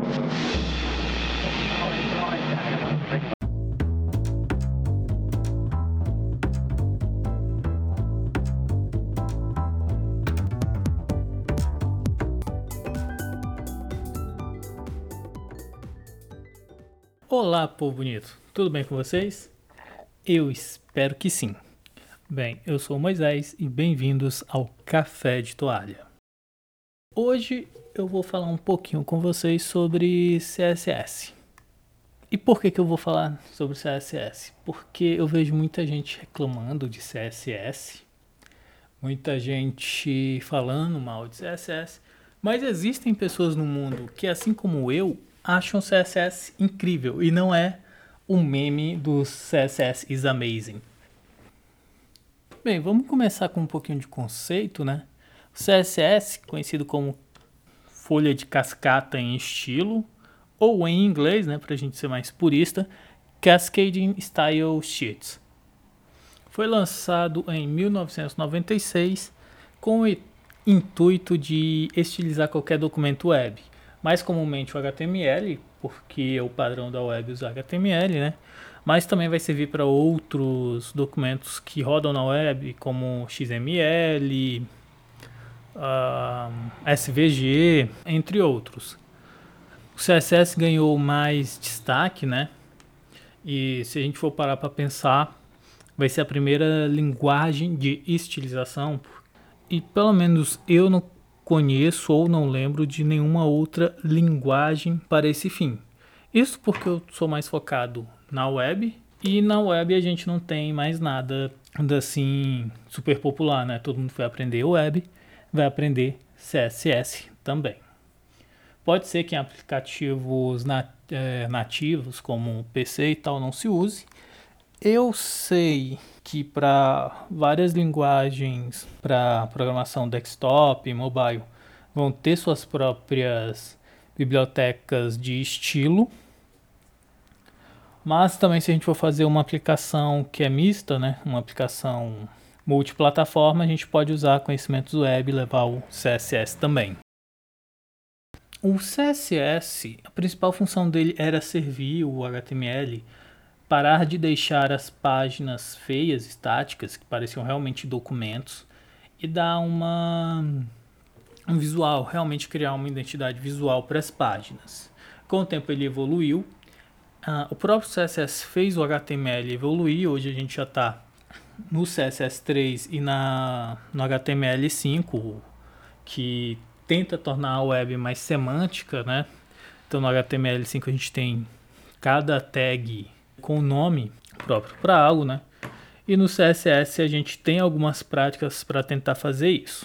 Olá, povo bonito, tudo bem com vocês? Eu espero que sim. Bem, eu sou o Moisés e bem-vindos ao Café de Toalha. Hoje eu vou falar um pouquinho com vocês sobre CSS. E por que eu vou falar sobre CSS? Porque eu vejo muita gente reclamando de CSS, muita gente falando mal de CSS, mas existem pessoas no mundo que, assim como eu, acham CSS incrível e não é um meme do CSS is amazing. Bem, vamos começar com um pouquinho de conceito, né? O CSS, conhecido como folha de cascata em estilo, ou em inglês, né, pra gente ser mais purista, Cascading Style Sheets. Foi lançado em 1996 com o intuito de estilizar qualquer documento web. Mais comumente o HTML, porque é o padrão da web usar HTML, né? Mas também vai servir para outros documentos que rodam na web, como XML, SVG, entre outros. O CSS ganhou mais destaque, né? E se a gente for parar para pensar, vai ser a primeira linguagem de estilização. E pelo menos eu não conheço ou não lembro de nenhuma outra linguagem para esse fim. Isso porque eu sou mais focado na web, e na web a gente não tem mais nada assim super popular, né? Todo mundo vai aprender web, vai aprender CSS também. Pode ser que em aplicativos nativos como PC e tal não se use. Eu sei que para várias linguagens para programação desktop e mobile vão ter suas próprias bibliotecas de estilo, mas também se a gente for fazer uma aplicação que é mista, né, uma aplicação multiplataforma, a gente pode usar conhecimentos web e levar o CSS também. O CSS, a principal função dele era servir o HTML, parar de deixar as páginas feias, estáticas, que pareciam realmente documentos, e dar um visual, realmente criar uma identidade visual para as páginas. Com o tempo ele evoluiu, o próprio CSS fez o HTML evoluir, hoje a gente já está no CSS3 e no HTML5, que tenta tornar a web mais semântica, né? Então no HTML5 a gente tem cada tag com o nome próprio para algo, né? E no CSS a gente tem algumas práticas para tentar fazer isso.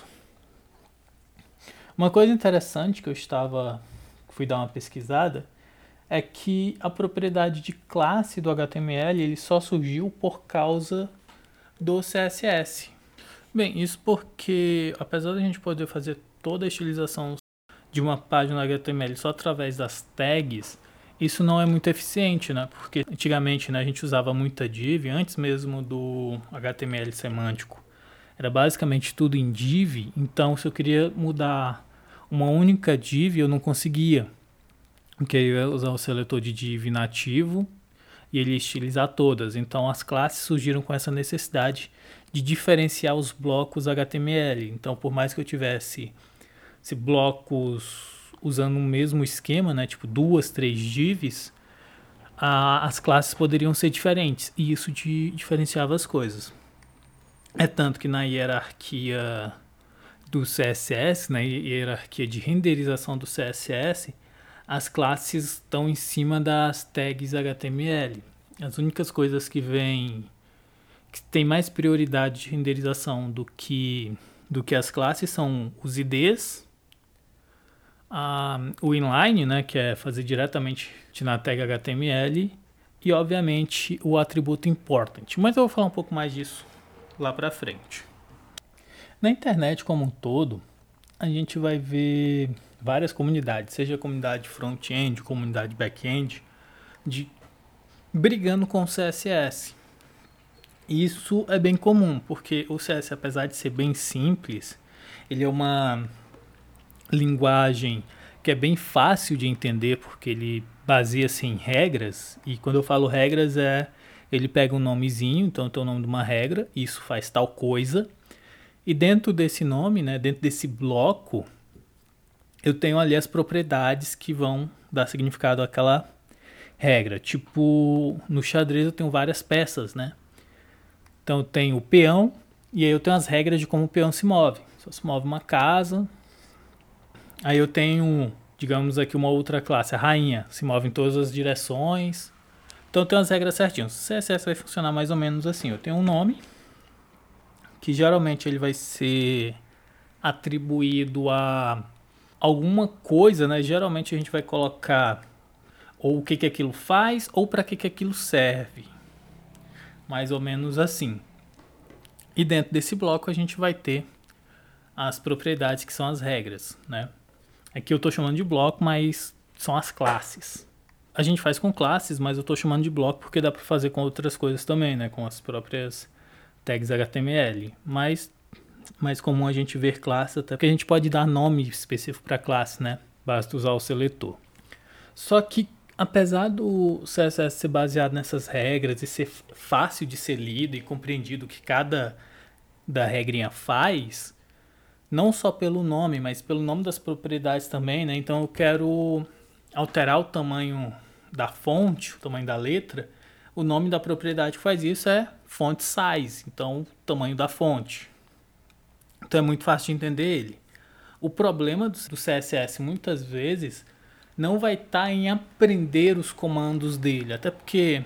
Uma coisa interessante que eu fui dar uma pesquisada é que a propriedade de classe do HTML ele só surgiu por causa do CSS. Bem, isso porque apesar de a gente poder fazer toda a estilização de uma página HTML só através das tags, isso não é muito eficiente, né? Porque antigamente, né, a gente usava muita div, antes mesmo do HTML semântico. Era basicamente tudo em div, então se eu queria mudar uma única div, eu não conseguia. Porque eu ia usar o seletor de div nativo e ele ia estilizar todas. Então as classes surgiram com essa necessidade de diferenciar os blocos HTML. Então por mais que eu tivesse blocos usando o mesmo esquema, né, tipo 2, 3 divs, as classes poderiam ser diferentes, e isso diferenciava as coisas. É tanto que na hierarquia do CSS, na hierarquia de renderização do CSS, as classes estão em cima das tags HTML. As únicas coisas que tem mais prioridade de renderização do que as classes são os IDs, o inline, né, que é fazer diretamente na tag HTML, e obviamente o atributo important. Mas eu vou falar um pouco mais disso lá para frente. Na internet como um todo, a gente vai ver várias comunidades, seja comunidade front-end, comunidade back-end, brigando com o CSS. Isso é bem comum, porque o CSS, apesar de ser bem simples, ele é uma linguagem que é bem fácil de entender, porque ele baseia-se em regras, e quando eu falo regras ele pega um nomezinho, então tem o nome de uma regra, isso faz tal coisa, e dentro desse nome, né, dentro desse bloco, eu tenho ali as propriedades que vão dar significado àquela regra. Tipo, no xadrez eu tenho várias peças, né? Então eu tenho o peão, e aí eu tenho as regras de como o peão se move. Só se move uma casa. Aí eu tenho, digamos aqui, uma outra classe, a rainha, se move em todas as direções. Então eu tenho as regras certinhas. O CSS vai funcionar mais ou menos assim. Eu tenho um nome, que geralmente ele vai ser atribuído a alguma coisa, né? Geralmente a gente vai colocar ou o que aquilo faz ou para que aquilo serve. Mais ou menos assim. E dentro desse bloco a gente vai ter as propriedades que são as regras, né? Aqui eu estou chamando de bloco, mas são as classes. A gente faz com classes, mas eu estou chamando de bloco porque dá para fazer com outras coisas também, né? Com as próprias tags HTML. Mas mais comum a gente ver classes, até porque a gente pode dar nome específico para classe, né? Basta usar o seletor. Só que, apesar do CSS ser baseado nessas regras e ser fácil de ser lido e compreendido o que cada da regrinha faz, não só pelo nome, mas pelo nome das propriedades também, né? Então eu quero alterar o tamanho da fonte, o tamanho da letra. O nome da propriedade que faz isso é font size, então o tamanho da fonte. Então é muito fácil de entender ele. O problema do CSS muitas vezes não vai estar em aprender os comandos dele, até porque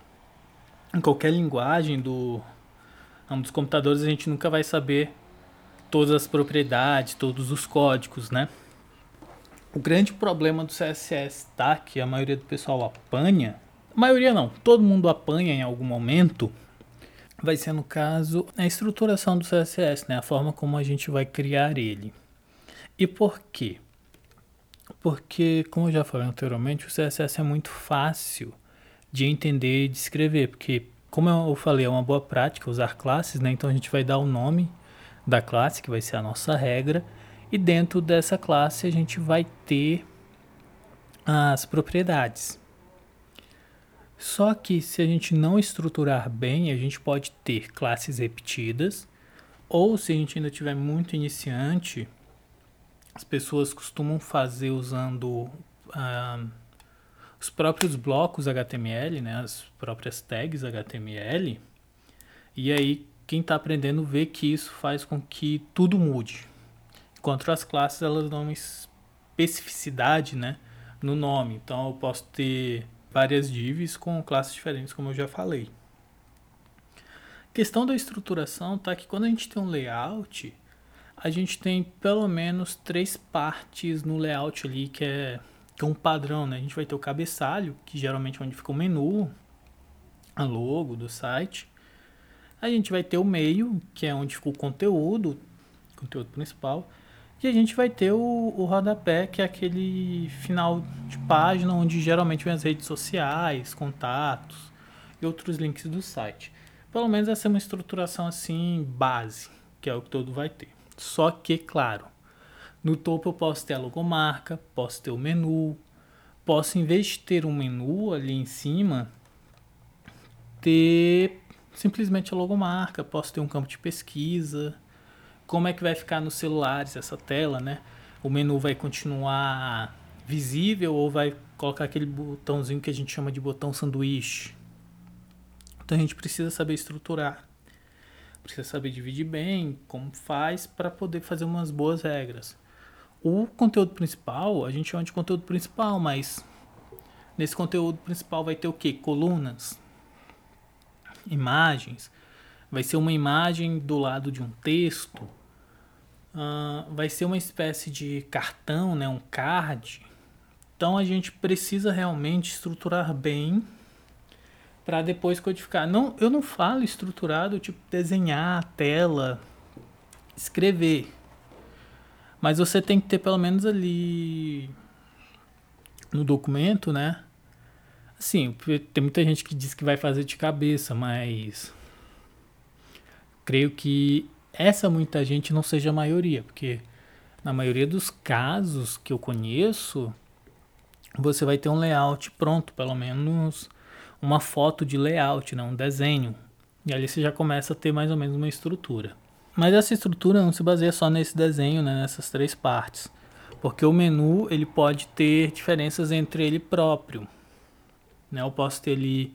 em qualquer linguagem do ramo dos computadores a gente nunca vai saber todas as propriedades, todos os códigos, né? O grande problema do CSS, tá? Que a maioria do pessoal apanha, a maioria não, todo mundo apanha em algum momento, vai ser no caso a estruturação do CSS, né? A forma como a gente vai criar ele. E por quê? Porque, como eu já falei anteriormente, o CSS é muito fácil de entender e de escrever, porque, como eu falei, é uma boa prática usar classes, né? Então a gente vai dar o nome da classe, que vai ser a nossa regra, e dentro dessa classe a gente vai ter as propriedades. Só que se a gente não estruturar bem, a gente pode ter classes repetidas, ou se a gente ainda tiver muito iniciante, as pessoas costumam fazer usando os próprios blocos HTML, né, as próprias tags HTML, e aí quem está aprendendo vê que isso faz com que tudo mude. Enquanto as classes elas dão uma especificidade, né, no nome. Então eu posso ter várias divs com classes diferentes, como eu já falei. A questão da estruturação tá que quando a gente tem um layout, a gente tem pelo menos 3 partes no layout ali que é um padrão, né? A gente vai ter o cabeçalho, que geralmente é onde fica o menu, a logo do site. A gente vai ter o meio, que é onde fica o conteúdo principal. E a gente vai ter o rodapé, que é aquele final de página onde geralmente vem as redes sociais, contatos e outros links do site. Pelo menos essa é uma estruturação assim base, que é o que todo vai ter. Só que, claro, no topo eu posso ter a logomarca, posso ter o menu, posso, em vez de ter um menu ali em cima, ter simplesmente a logomarca, posso ter um campo de pesquisa. Como é que vai ficar nos celulares essa tela, né? O menu vai continuar visível ou vai colocar aquele botãozinho que a gente chama de botão sanduíche? Então a gente precisa saber estruturar. Precisa saber dividir bem, como faz, para poder fazer umas boas regras. O conteúdo principal, a gente chama de conteúdo principal, mas nesse conteúdo principal vai ter o quê? Colunas, imagens, vai ser uma imagem do lado de um texto, vai ser uma espécie de cartão, né, um card. Então a gente precisa realmente estruturar bem para depois codificar. Não, eu não falo estruturado, tipo desenhar a tela, escrever. Mas você tem que ter pelo menos ali no documento, né? Assim, tem muita gente que diz que vai fazer de cabeça, mas creio que essa muita gente não seja a maioria, porque Na maioria dos casos que eu conheço, você vai ter um layout pronto, pelo menos uma foto de layout, né? Um desenho. E ali você já começa a ter mais ou menos uma estrutura. Mas essa estrutura não se baseia só nesse desenho, né? Nessas 3 partes. Porque o menu ele pode ter diferenças entre ele próprio. Né? Eu posso ter ali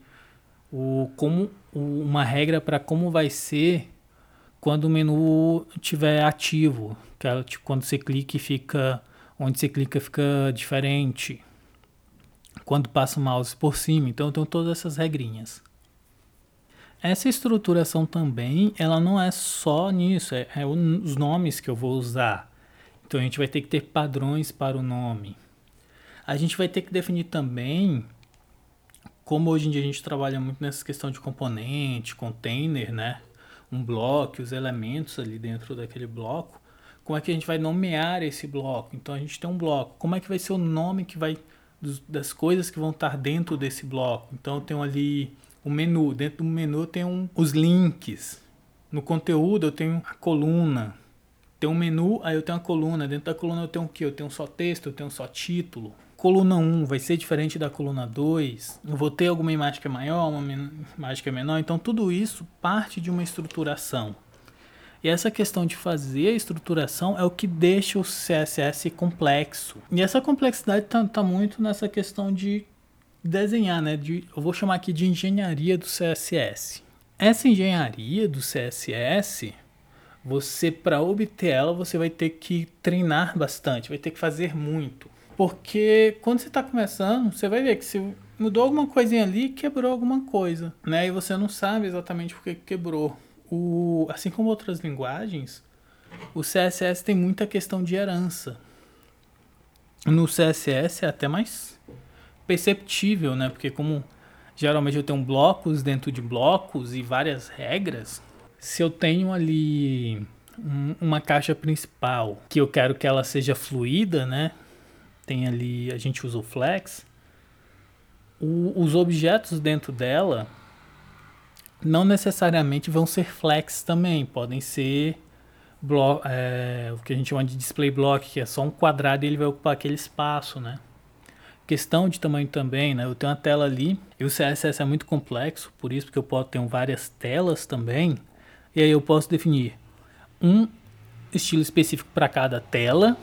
uma regra para como vai ser quando o menu estiver ativo. Que é, tipo, quando você clica onde você clica fica diferente. Quando passa o mouse por cima. Então eu tenho todas essas regrinhas. Essa estruturação também, ela não é só nisso, é os nomes que eu vou usar. Então a gente vai ter que ter padrões para o nome. A gente vai ter que definir também, como hoje em dia a gente trabalha muito nessa questão de componente, container, né? Um bloco, os elementos ali dentro daquele bloco. Como é que a gente vai nomear esse bloco? Então a gente tem um bloco. Como é que vai ser o nome que vai das coisas que vão estar dentro desse bloco? Então eu tenho ali o menu. Dentro do menu eu tenho os links. No conteúdo eu tenho a coluna. Tem um menu, aí eu tenho a coluna. Dentro da coluna eu tenho o quê? Eu tenho só texto, eu tenho só título. Coluna 1 vai ser diferente da coluna 2. Eu vou ter alguma imagem que é maior, uma imagem que é menor. Então tudo isso parte de uma estruturação. E essa questão de fazer a estruturação é o que deixa o CSS complexo. E essa complexidade tá muito nessa questão de desenhar, né? Eu vou chamar aqui de engenharia do CSS. Essa engenharia do CSS, para obter ela, você vai ter que treinar bastante, vai ter que fazer muito. Porque quando você está começando, você vai ver que se mudou alguma coisinha ali, quebrou alguma coisa, né? E você não sabe exatamente por que quebrou. Assim como outras linguagens, o CSS tem muita questão de herança. No CSS é até mais perceptível, né? Porque como geralmente eu tenho blocos dentro de blocos e várias regras, se eu tenho ali uma caixa principal que eu quero que ela seja fluida, né? Tem ali, a gente usa o flex. Os objetos dentro dela não necessariamente vão ser flex também, podem ser o que a gente chama de display block, que é só um quadrado e ele vai ocupar aquele espaço, né? Questão de tamanho também, né? Eu tenho uma tela ali e o CSS é muito complexo, por isso que eu posso ter várias telas também. E aí eu posso definir um estilo específico para cada tela.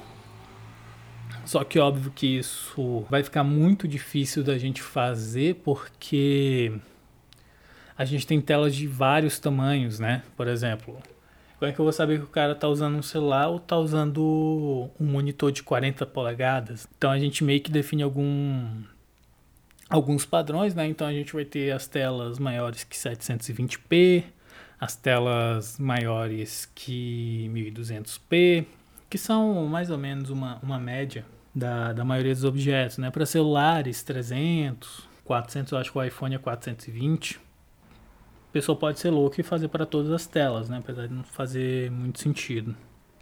Só que óbvio que isso vai ficar muito difícil da gente fazer porque a gente tem telas de vários tamanhos, né? Por exemplo, como é que eu vou saber que o cara tá usando um celular ou tá usando um monitor de 40 polegadas? Então a gente meio que define alguns padrões, né? Então a gente vai ter as telas maiores que 720p, as telas maiores que 1200p, que são mais ou menos uma média da maioria dos objetos, né? Para celulares, 300, 400, eu acho que o iPhone é 420. A pessoa pode ser louca e fazer para todas as telas, né? Apesar de não fazer muito sentido.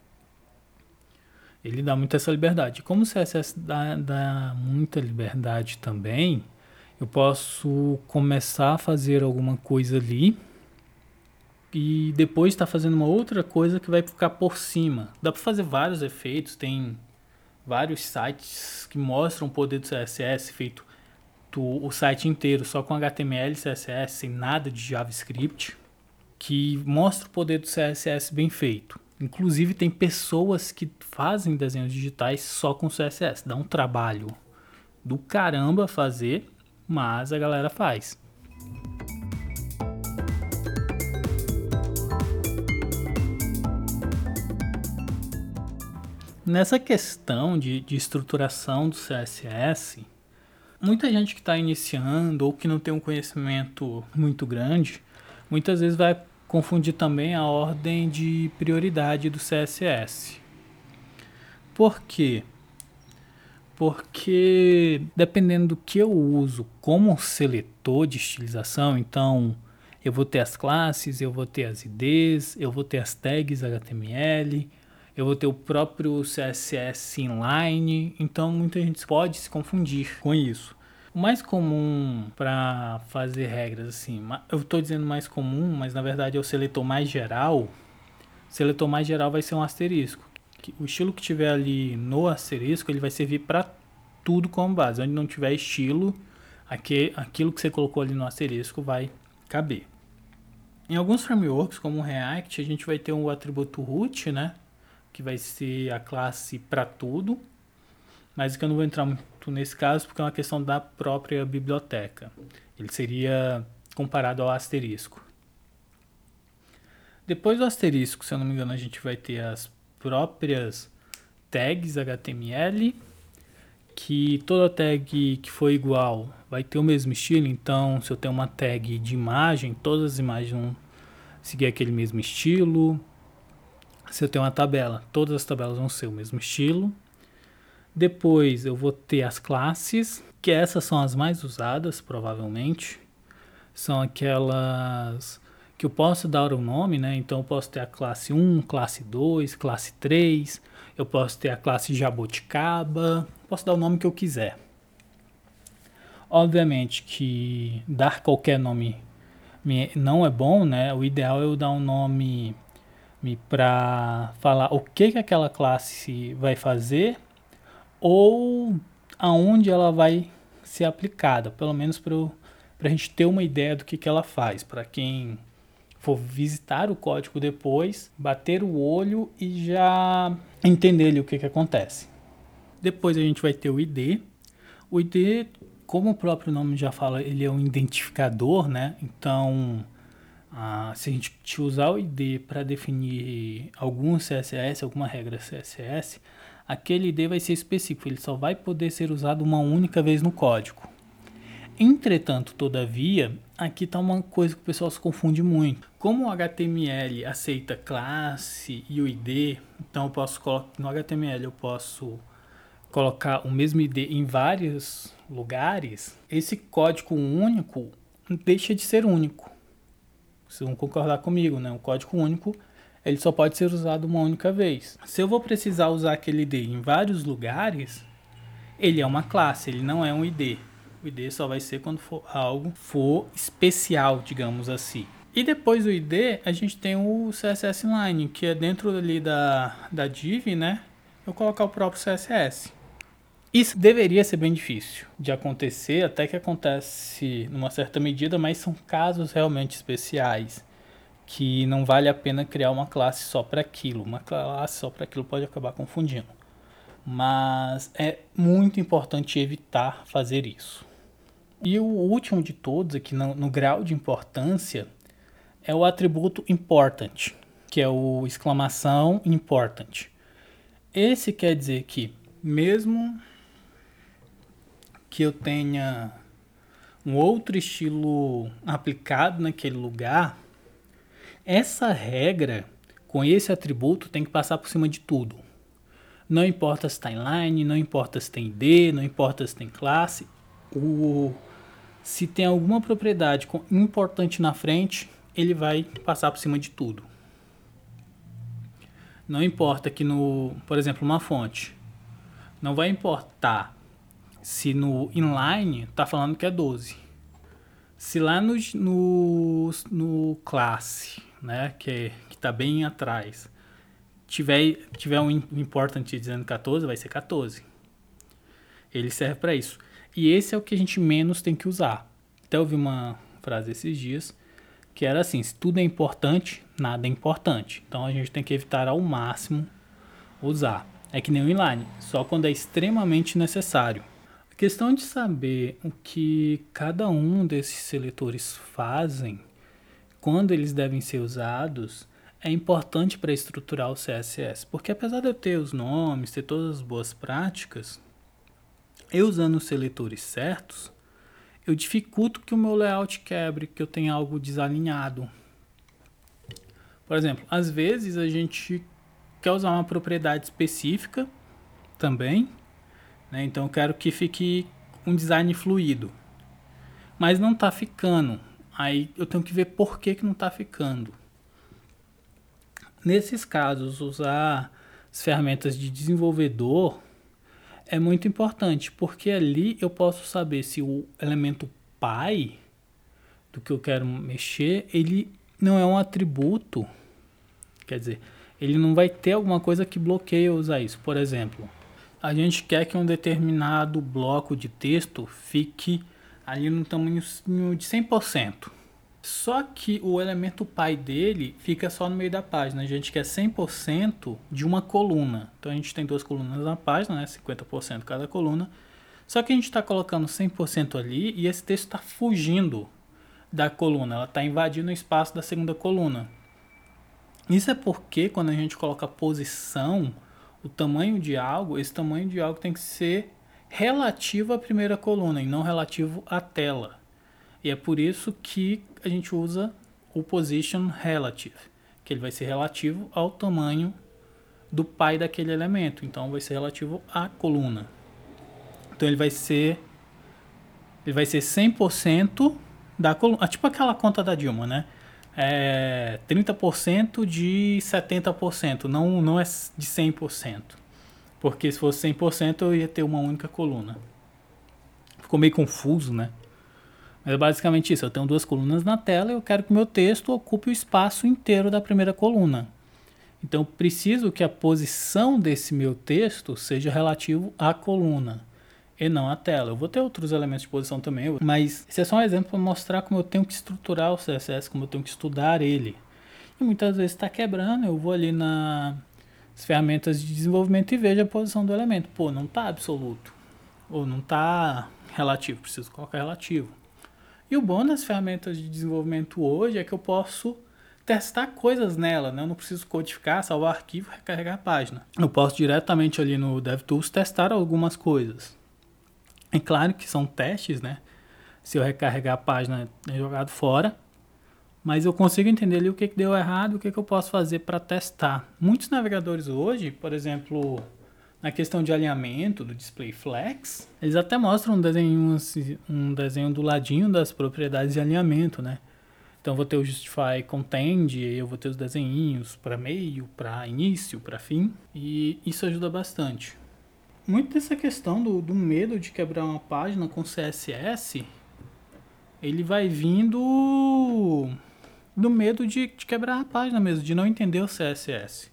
Ele dá muito essa liberdade. Como o CSS dá muita liberdade também, eu posso começar a fazer alguma coisa ali e depois estar fazendo uma outra coisa que vai ficar por cima. Dá para fazer vários efeitos, tem vários sites que mostram o poder do CSS feito o site inteiro só com HTML e CSS, sem nada de JavaScript, que mostra o poder do CSS bem feito. Inclusive tem pessoas que fazem desenhos digitais só com CSS. Dá um trabalho do caramba fazer, mas a galera faz. Nessa questão de estruturação do CSS, muita gente que está iniciando ou que não tem um conhecimento muito grande, muitas vezes vai confundir também a ordem de prioridade do CSS. Por quê? Porque dependendo do que eu uso como seletor de estilização, então eu vou ter as classes, eu vou ter as IDs, eu vou ter as tags HTML, eu vou ter o próprio CSS inline, então muita gente pode se confundir com isso. O mais comum para fazer regras assim, eu estou dizendo mais comum, mas na verdade é o seletor mais geral. O seletor mais geral vai ser um asterisco. O estilo que tiver ali no asterisco, ele vai servir para tudo como base. Onde não tiver estilo, aquilo que você colocou ali no asterisco vai caber. Em alguns frameworks, como o React, a gente vai ter um atributo root, né? Que vai ser a classe para tudo. Mas que eu não vou entrar muito nesse caso, porque é uma questão da própria biblioteca. Ele seria comparado ao asterisco. Depois do asterisco, se eu não me engano, a gente vai ter as próprias tags HTML, que toda tag que for igual vai ter o mesmo estilo. Então, se eu tenho uma tag de imagem, todas as imagens vão seguir aquele mesmo estilo. Se eu tenho uma tabela, todas as tabelas vão ser o mesmo estilo. Depois eu vou ter as classes, que essas são as mais usadas, provavelmente. São aquelas que eu posso dar um nome, né? Então eu posso ter a classe 1, classe 2, classe 3. Eu posso ter a classe jabuticaba. Posso dar o nome que eu quiser. Obviamente que dar qualquer nome não é bom, né? O ideal é eu dar um nome para falar o que aquela classe vai fazer ou aonde ela vai ser aplicada, pelo menos para a gente ter uma ideia do que ela faz, para quem for visitar o código depois, bater o olho e já entender ali o que acontece. Depois a gente vai ter o ID. O ID, como o próprio nome já fala, ele é um identificador, né? Então, se a gente usar o ID para definir algum CSS, alguma regra CSS, aquele ID vai ser específico, ele só vai poder ser usado uma única vez no código. Entretanto, todavia, aqui está uma coisa que o pessoal se confunde muito. Como o HTML aceita classe e o ID, então eu posso colocar no HTML eu posso colocar o mesmo ID em vários lugares, esse código único deixa de ser único. Vocês vão concordar comigo, né? Um código único ele só pode ser usado uma única vez. Se eu vou precisar usar aquele ID em vários lugares, ele é uma classe, ele não é um ID. O ID só vai ser quando algo for especial, digamos assim. E depois do ID, a gente tem o CSS Inline, que é dentro ali da div, né? Eu colocar o próprio CSS. Isso deveria ser bem difícil de acontecer, até que acontece numa certa medida, mas são casos realmente especiais, que não vale a pena criar uma classe só para aquilo. Uma classe só para aquilo pode acabar confundindo. Mas é muito importante evitar fazer isso. E o último de todos aqui no grau de importância é o atributo important, que é o exclamação important. Esse quer dizer que mesmo que eu tenha um outro estilo aplicado naquele lugar, essa regra com esse atributo tem que passar por cima de tudo. Não importa se está inline, não importa se tem ID, não importa se tem classe. Se tem alguma propriedade com importante na frente, ele vai passar por cima de tudo. Não importa que por exemplo, uma fonte. Não vai importar se no inline está falando que é 12. Se lá no classe, né, que está bem atrás, tiver um important dizendo 14, vai ser 14. Ele serve para isso. E esse é o que a gente menos tem que usar. Até ouvi uma frase esses dias que era assim: se tudo é importante, nada é importante. Então a gente tem que evitar ao máximo usar. É que nem o inline, só quando é extremamente necessário. A questão de saber o que cada um desses seletores fazem, quando eles devem ser usados, é importante para estruturar o CSS. Porque apesar de eu ter os nomes, ter todas as boas práticas, eu usando os seletores certos, eu dificulto que o meu layout quebre, que eu tenha algo desalinhado. Por exemplo, às vezes a gente quer usar uma propriedade específica também, né? Então eu quero que fique um design fluido, mas não está ficando. Aí eu tenho que ver por que não está ficando. Nesses casos, usar as ferramentas de desenvolvedor é muito importante, porque ali eu posso saber se o elemento pai do que eu quero mexer, ele não é um atributo. Quer dizer, ele não vai ter alguma coisa que bloqueie eu usar isso. Por exemplo, a gente quer que um determinado bloco de texto fique ali no tamanho de 100%. Só que o elemento pai dele fica só no meio da página. A gente quer 100% de uma coluna. Então a gente tem 2 colunas na página, né? 50% cada coluna. Só que a gente está colocando 100% ali e esse texto está fugindo da coluna. Ela está invadindo o espaço da segunda coluna. Isso é porque quando a gente coloca posição, o tamanho de algo, esse tamanho de algo tem que ser relativo à primeira coluna e não relativo à tela. E é por isso que a gente usa o position relative, que ele vai ser relativo ao tamanho do pai daquele elemento. Então vai ser relativo à coluna. Então ele vai ser 100% da coluna. Tipo aquela conta da Dilma, né? 30% de 70%, não é de 100%. Porque se fosse 100% eu ia ter uma única coluna. Ficou meio confuso, né? Mas é basicamente isso. Eu tenho 2 colunas na tela e eu quero que o meu texto ocupe o espaço inteiro da primeira coluna. Então eu preciso que a posição desse meu texto seja relativo à coluna e não à tela. Eu vou ter outros elementos de posição também, mas esse é só um exemplo para mostrar como eu tenho que estruturar o CSS, como eu tenho que estudar ele. E muitas vezes está quebrando, eu vou ali nas ferramentas de desenvolvimento e vejo a posição do elemento. Pô, não está absoluto. Ou não está relativo, preciso colocar relativo. E o bom das ferramentas de desenvolvimento hoje é que eu posso testar coisas nela, né? Eu não preciso codificar, salvar arquivo, recarregar a página. Eu posso diretamente ali no DevTools testar algumas coisas. É claro que são testes, né? Se eu recarregar a página é jogado fora, mas eu consigo entender ali o que deu errado e o que eu posso fazer para testar. Muitos navegadores hoje, por exemplo, na questão de alinhamento do display flex, eles até mostram um desenho do ladinho das propriedades de alinhamento, né? Então eu vou ter o justify contend, eu vou ter os desenhinhos para meio, para início, para fim, e isso ajuda bastante. Muito dessa questão do medo de quebrar uma página com CSS, ele vai vindo do medo de quebrar a página mesmo, de não entender o CSS.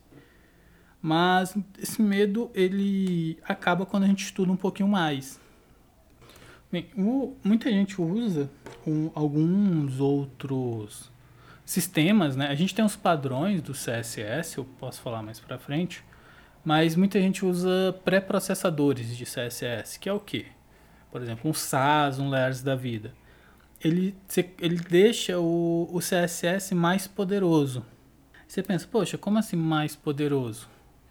Mas esse medo, ele acaba quando a gente estuda um pouquinho mais. Bem, muita gente usa alguns outros sistemas, né? A gente tem os padrões do CSS, eu posso falar mais pra frente, mas muita gente usa pré-processadores de CSS, que é o quê? Por exemplo, um SAS, um Layers da vida. Ele deixa o CSS mais poderoso. Você pensa, poxa, como assim mais poderoso?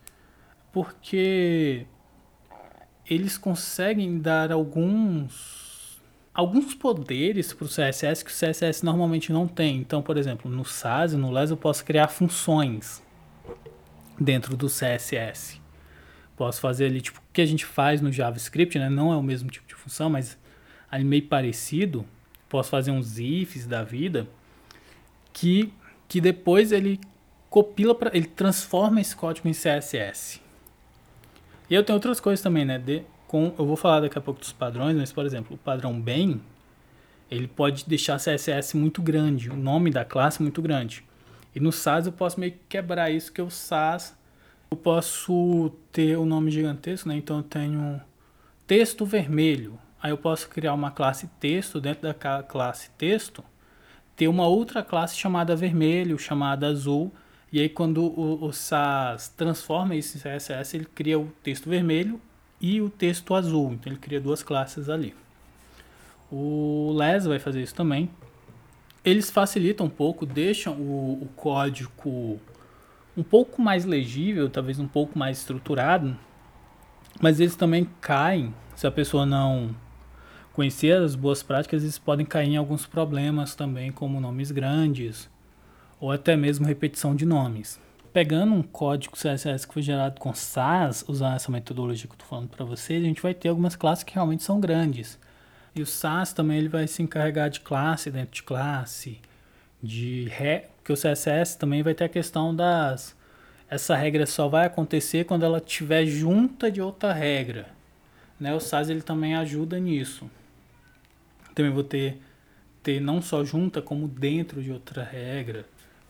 Porque eles conseguem dar alguns poderes para o CSS que o CSS normalmente não tem. Então, por exemplo, no SAS e no LES eu posso criar funções dentro do CSS. Posso fazer ali, tipo, o que a gente faz no JavaScript, né? Não é o mesmo tipo de função, mas ali meio parecido. Posso fazer uns ifs da vida que depois ele compila, ele transforma esse código em CSS. E eu tenho outras coisas também, né? Eu vou falar daqui a pouco dos padrões, mas, por exemplo, o padrão bem, ele pode deixar CSS muito grande, o nome da classe muito grande. E no SAS eu posso meio que quebrar isso, que o SAS eu posso ter o nome gigantesco, né? Então eu tenho texto vermelho. Aí eu posso criar uma classe texto, dentro da classe texto, ter uma outra classe chamada vermelho, chamada azul. E aí quando o SAS transforma isso em CSS, ele cria o texto vermelho e o texto azul. Então ele cria 2 classes ali. O LES vai fazer isso também. Eles facilitam um pouco, deixam o código um pouco mais legível, talvez um pouco mais estruturado, mas eles também caem, se a pessoa não conhecer as boas práticas, eles podem cair em alguns problemas também, como nomes grandes, ou até mesmo repetição de nomes. Pegando um código CSS que foi gerado com SAS, usando essa metodologia que eu estou falando para vocês, a gente vai ter algumas classes que realmente são grandes. E o SAS também ele vai se encarregar de classe dentro de classe, porque o CSS também vai ter a questão essa regra só vai acontecer quando ela estiver junta de outra regra, né? O SAS ele também ajuda nisso. Também vou ter não só junta, como dentro de outra regra.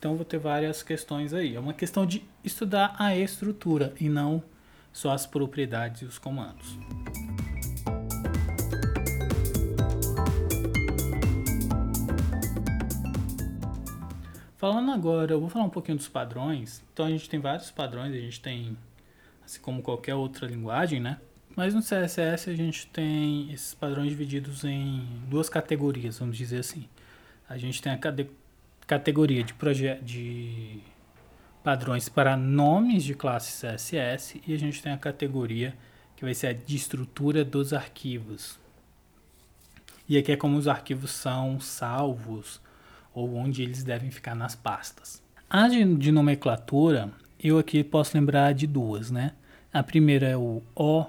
Então eu vou ter várias questões aí. É uma questão de estudar a estrutura e não só as propriedades e os comandos. Falando agora, eu vou falar um pouquinho dos padrões. Então a gente tem vários padrões, a gente tem, assim como qualquer outra linguagem, né? Mas no CSS a gente tem esses padrões divididos em duas categorias, vamos dizer assim. A gente tem a categoria de padrões para nomes de classe CSS e a gente tem a categoria que vai ser a de estrutura dos arquivos. E aqui é como os arquivos são salvos ou onde eles devem ficar nas pastas. A de nomenclatura, eu aqui posso lembrar de duas, né? A primeira é o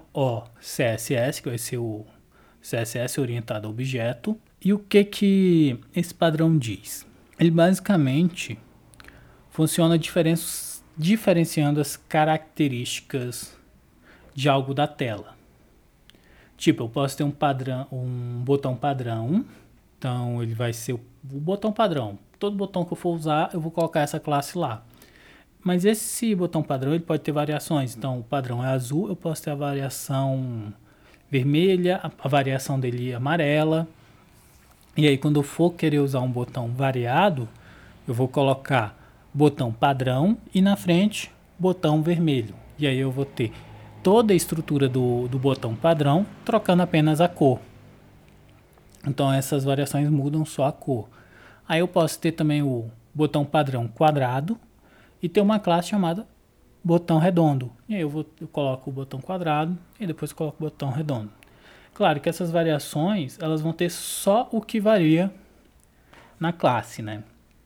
OOCSS, que vai ser o CSS orientado a objeto. E o que esse padrão diz? Ele basicamente funciona diferenciando as características de algo da tela. Tipo, eu posso ter um botão padrão, então ele vai ser o botão padrão. Todo botão que eu for usar, eu vou colocar essa classe lá. Mas esse botão padrão ele pode ter variações. Então, o padrão é azul, eu posso ter a variação vermelha, a variação dele é amarela. E aí, quando eu for querer usar um botão variado, eu vou colocar botão padrão e na frente, botão vermelho. E aí eu vou ter toda a estrutura do botão padrão, trocando apenas a cor. Então, essas variações mudam só a cor. Aí eu posso ter também o botão padrão quadrado e ter uma classe chamada botão redondo. E aí eu coloco o botão quadrado e depois coloco o botão redondo. Claro que essas variações, elas vão ter só o que varia na classe, né?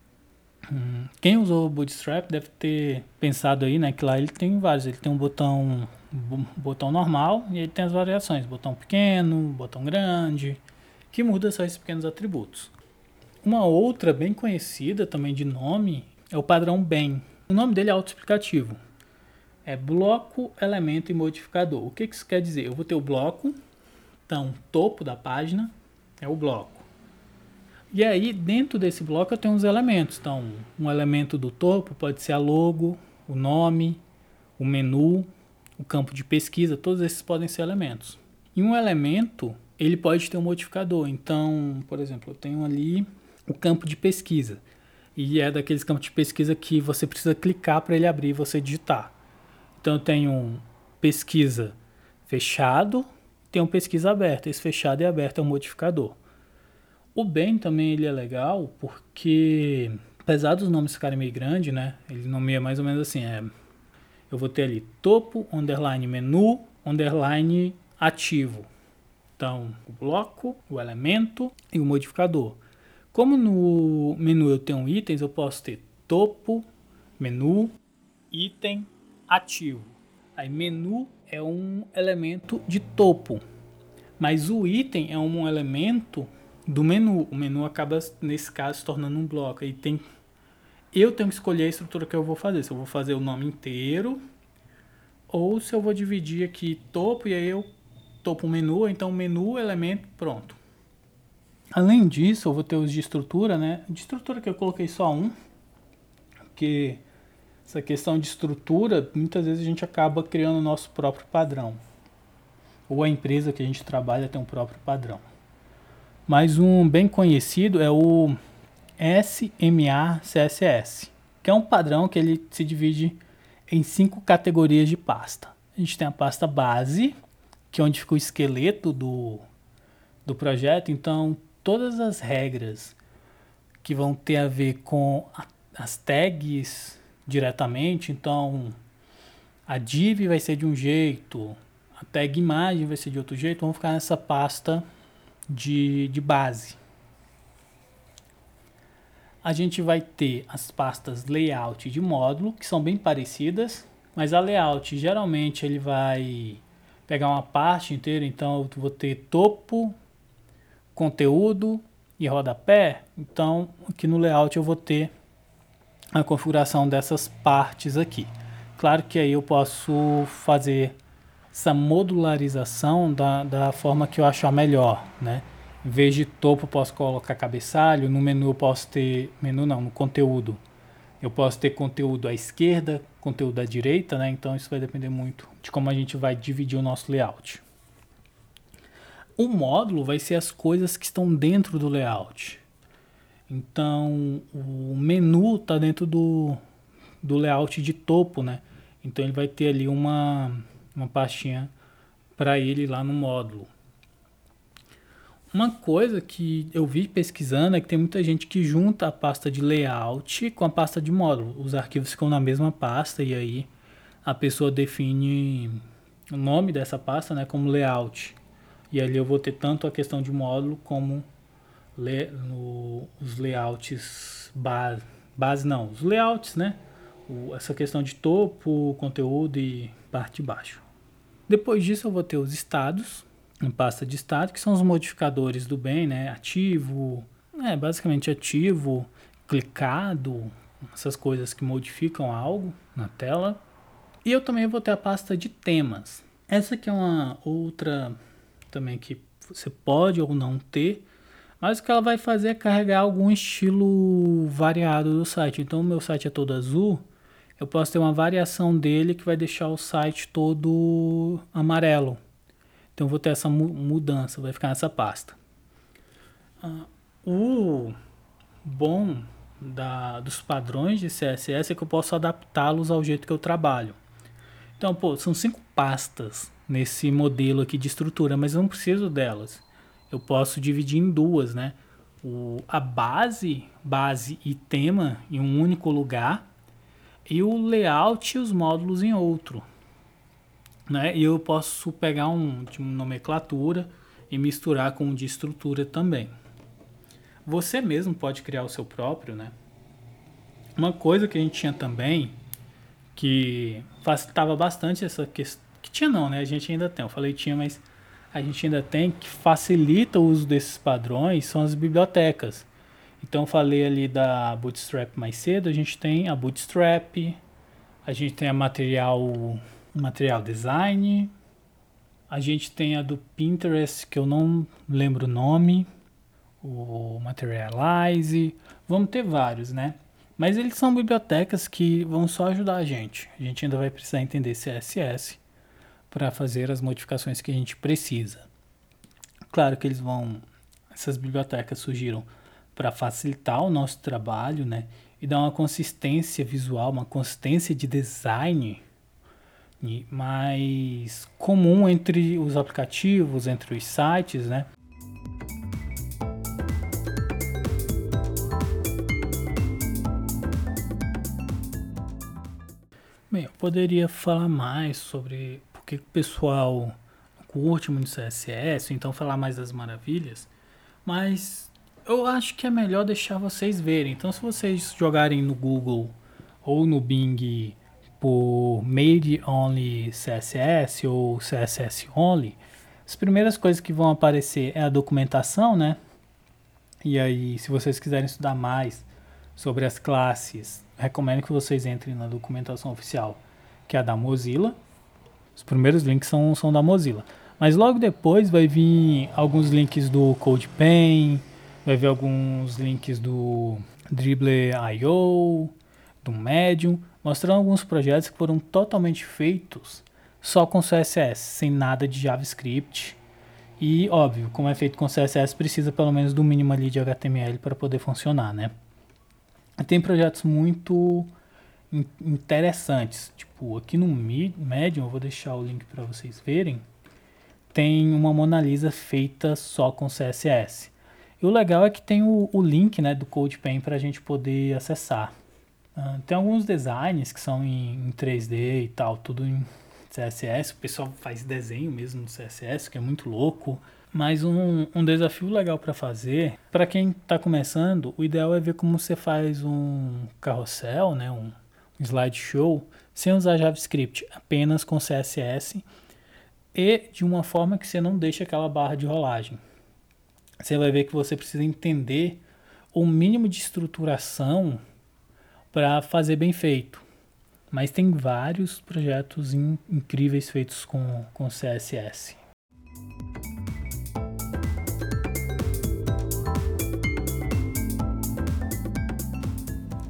Quem usou o Bootstrap deve ter pensado aí, né, que lá ele tem vários. Ele tem um botão normal e ele tem as variações. Botão pequeno, botão grande, que muda só esses pequenos atributos. Uma outra bem conhecida também de nome é o padrão BEM. O nome dele é autoexplicativo. É bloco, elemento e modificador. O que isso quer dizer? Eu vou ter o bloco, então topo da página é o bloco. E aí dentro desse bloco eu tenho uns elementos. Então um elemento do topo pode ser a logo, o nome, o menu, o campo de pesquisa, todos esses podem ser elementos. E um elemento, ele pode ter um modificador. Então, por exemplo, eu tenho ali o campo de pesquisa. E é daqueles campos de pesquisa que você precisa clicar para ele abrir e você digitar. Então eu tenho um pesquisa fechado, tem um pesquisa aberta. Esse fechado e aberto é um modificador. O BEM também ele é legal porque, apesar dos nomes ficarem meio grandes, né? Ele nomeia mais ou menos assim, eu vou ter ali topo, underline menu, underline ativo. Então, o bloco, o elemento e o modificador. Como no menu eu tenho itens, eu posso ter topo, menu, item, ativo. Aí menu é um elemento de topo, mas o item é um elemento do menu. O menu acaba, nesse caso, se tornando um bloco. Aí eu tenho que escolher a estrutura que eu vou fazer. Se eu vou fazer o nome inteiro ou se eu vou dividir aqui topo e aí eu topo o menu, então menu, elemento, pronto. Além disso, eu vou ter os de estrutura, né? De estrutura que eu coloquei só um, porque essa questão de estrutura, muitas vezes a gente acaba criando o nosso próprio padrão. Ou a empresa que a gente trabalha tem um próprio padrão. Mas um bem conhecido é o SMA-CSS, que é um padrão que ele se divide em 5 categorias de pasta. A gente tem a pasta base, que é onde fica o esqueleto do projeto. Então, todas as regras que vão ter a ver com as tags diretamente, então a div vai ser de um jeito, a tag imagem vai ser de outro jeito, vão ficar nessa pasta de base. A gente vai ter as pastas layout e de módulo, que são bem parecidas, mas a layout geralmente ele vai pegar uma parte inteira, então eu vou ter topo, conteúdo e rodapé. Então aqui no layout eu vou ter a configuração dessas partes aqui. Claro que aí eu posso fazer essa modularização da forma que eu achar melhor, né? Em vez de topo eu posso colocar cabeçalho, no menu eu posso ter, no conteúdo, Eu posso ter conteúdo à esquerda, conteúdo à direita, né? Então isso vai depender muito de como a gente vai dividir o nosso layout. O módulo vai ser as coisas que estão dentro do layout. Então o menu está dentro do layout de topo, né? Então ele vai ter ali uma pastinha para ele lá no módulo. Uma coisa que eu vi pesquisando é que tem muita gente que junta a pasta de layout com a pasta de módulo. Os arquivos ficam na mesma pasta e aí a pessoa define o nome dessa pasta, né, como layout. E ali eu vou ter tanto a questão de módulo como os layouts os layouts, né? Essa questão de topo, conteúdo e parte de baixo. Depois disso eu vou ter os estados, em pasta de estado, que são os modificadores do bem, né? Ativo, basicamente ativo, clicado, essas coisas que modificam algo na tela. E eu também vou ter a pasta de temas. Essa aqui é uma outra também que você pode ou não ter, mas o que ela vai fazer é carregar algum estilo variado do site. Então o meu site é todo azul, eu posso ter uma variação dele que vai deixar o site todo amarelo. Então eu vou ter essa mudança, vai ficar nessa pasta. O bom dos padrões de CSS é que eu posso adaptá-los ao jeito que eu trabalho. Então, são 5 pastas nesse modelo aqui de estrutura, mas eu não preciso delas. Eu posso dividir em 2, né? A base e tema em um único lugar e o layout e os módulos em outro. Né? E eu posso pegar de nomenclatura e misturar com o de estrutura também. Você mesmo pode criar o seu próprio, né? Uma coisa que a gente tinha também, que facilitava bastante essa questão, que tinha não, né? A gente ainda tem, eu falei tinha, mas a gente ainda tem, que facilita o uso desses padrões, são as bibliotecas. Então eu falei ali da Bootstrap mais cedo, a gente tem a Bootstrap, a gente tem a Material Design, a gente tem a do Pinterest, que eu não lembro o nome, o Materialize, vamos ter vários, né? Mas eles são bibliotecas que vão só ajudar a gente. A gente ainda vai precisar entender CSS para fazer as modificações que a gente precisa. Claro que essas bibliotecas surgiram para facilitar o nosso trabalho, né? E dar uma consistência visual, uma consistência de design mais comum entre os aplicativos, entre os sites, né? Bem, eu poderia falar mais sobre por que o pessoal curte muito CSS, então falar mais das maravilhas, mas eu acho que é melhor deixar vocês verem. Então, se vocês jogarem no Google ou no Bing por Made Only CSS ou CSS Only, as primeiras coisas que vão aparecer é a documentação, né? E aí, se vocês quiserem estudar mais sobre as classes, recomendo que vocês entrem na documentação oficial, que é a da Mozilla. Os primeiros links são da Mozilla. Mas logo depois vai vir alguns links do CodePen, vai vir alguns links do Dribbble.io, do Medium, mostrando alguns projetos que foram totalmente feitos só com CSS, sem nada de JavaScript. E, óbvio, como é feito com CSS, precisa pelo menos do mínimo ali de HTML para poder funcionar, né? Tem projetos muito interessantes, tipo aqui no Medium, eu vou deixar o link para vocês verem, tem uma Mona Lisa feita só com CSS. E o legal é que tem o link, né, do CodePen para a gente poder acessar. Tem alguns designs que são em 3D e tal, tudo em CSS. O pessoal faz desenho mesmo no CSS, que é muito louco. Mas um desafio legal para fazer, para quem está começando, o ideal é ver como você faz um carrossel, né, um slideshow, sem usar JavaScript, apenas com CSS e de uma forma que você não deixe aquela barra de rolagem. Você vai ver que você precisa entender o mínimo de estruturação para fazer bem feito. Mas tem vários projetos incríveis feitos com CSS.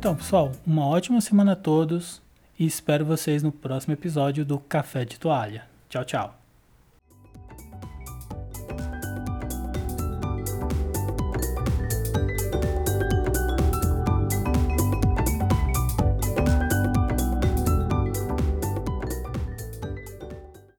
Então, pessoal, uma ótima semana a todos e espero vocês no próximo episódio do Café de Toalha. Tchau, tchau.